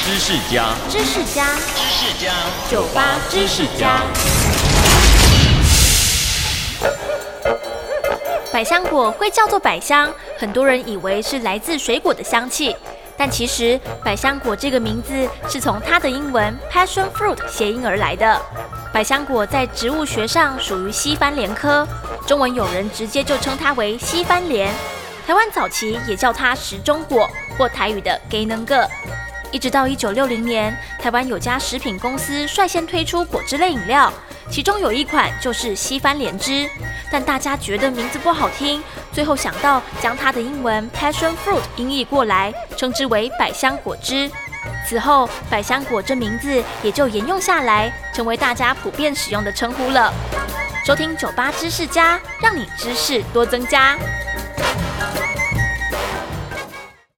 知识家， 知识家， 知识家， 酒吧知识家。百香果会叫做百香，很多人以为是来自水果的香气，但其实百香果这个名字是从它的英文 passion fruit 谐音而来的。百香果在植物学上属于西番莲科，中文有人直接就称它为西番莲。台湾早期也叫它时钟果或台语的给能个。一直到1960年，台湾有家食品公司率先推出果汁类饮料，其中有一款就是西番莲汁，但大家觉得名字不好听，最后想到将它的英文 passion fruit 音译过来，称之为百香果汁。此后，百香果这名字也就沿用下来，成为大家普遍使用的称呼了。收听酒吧知识家，让你知识多增加。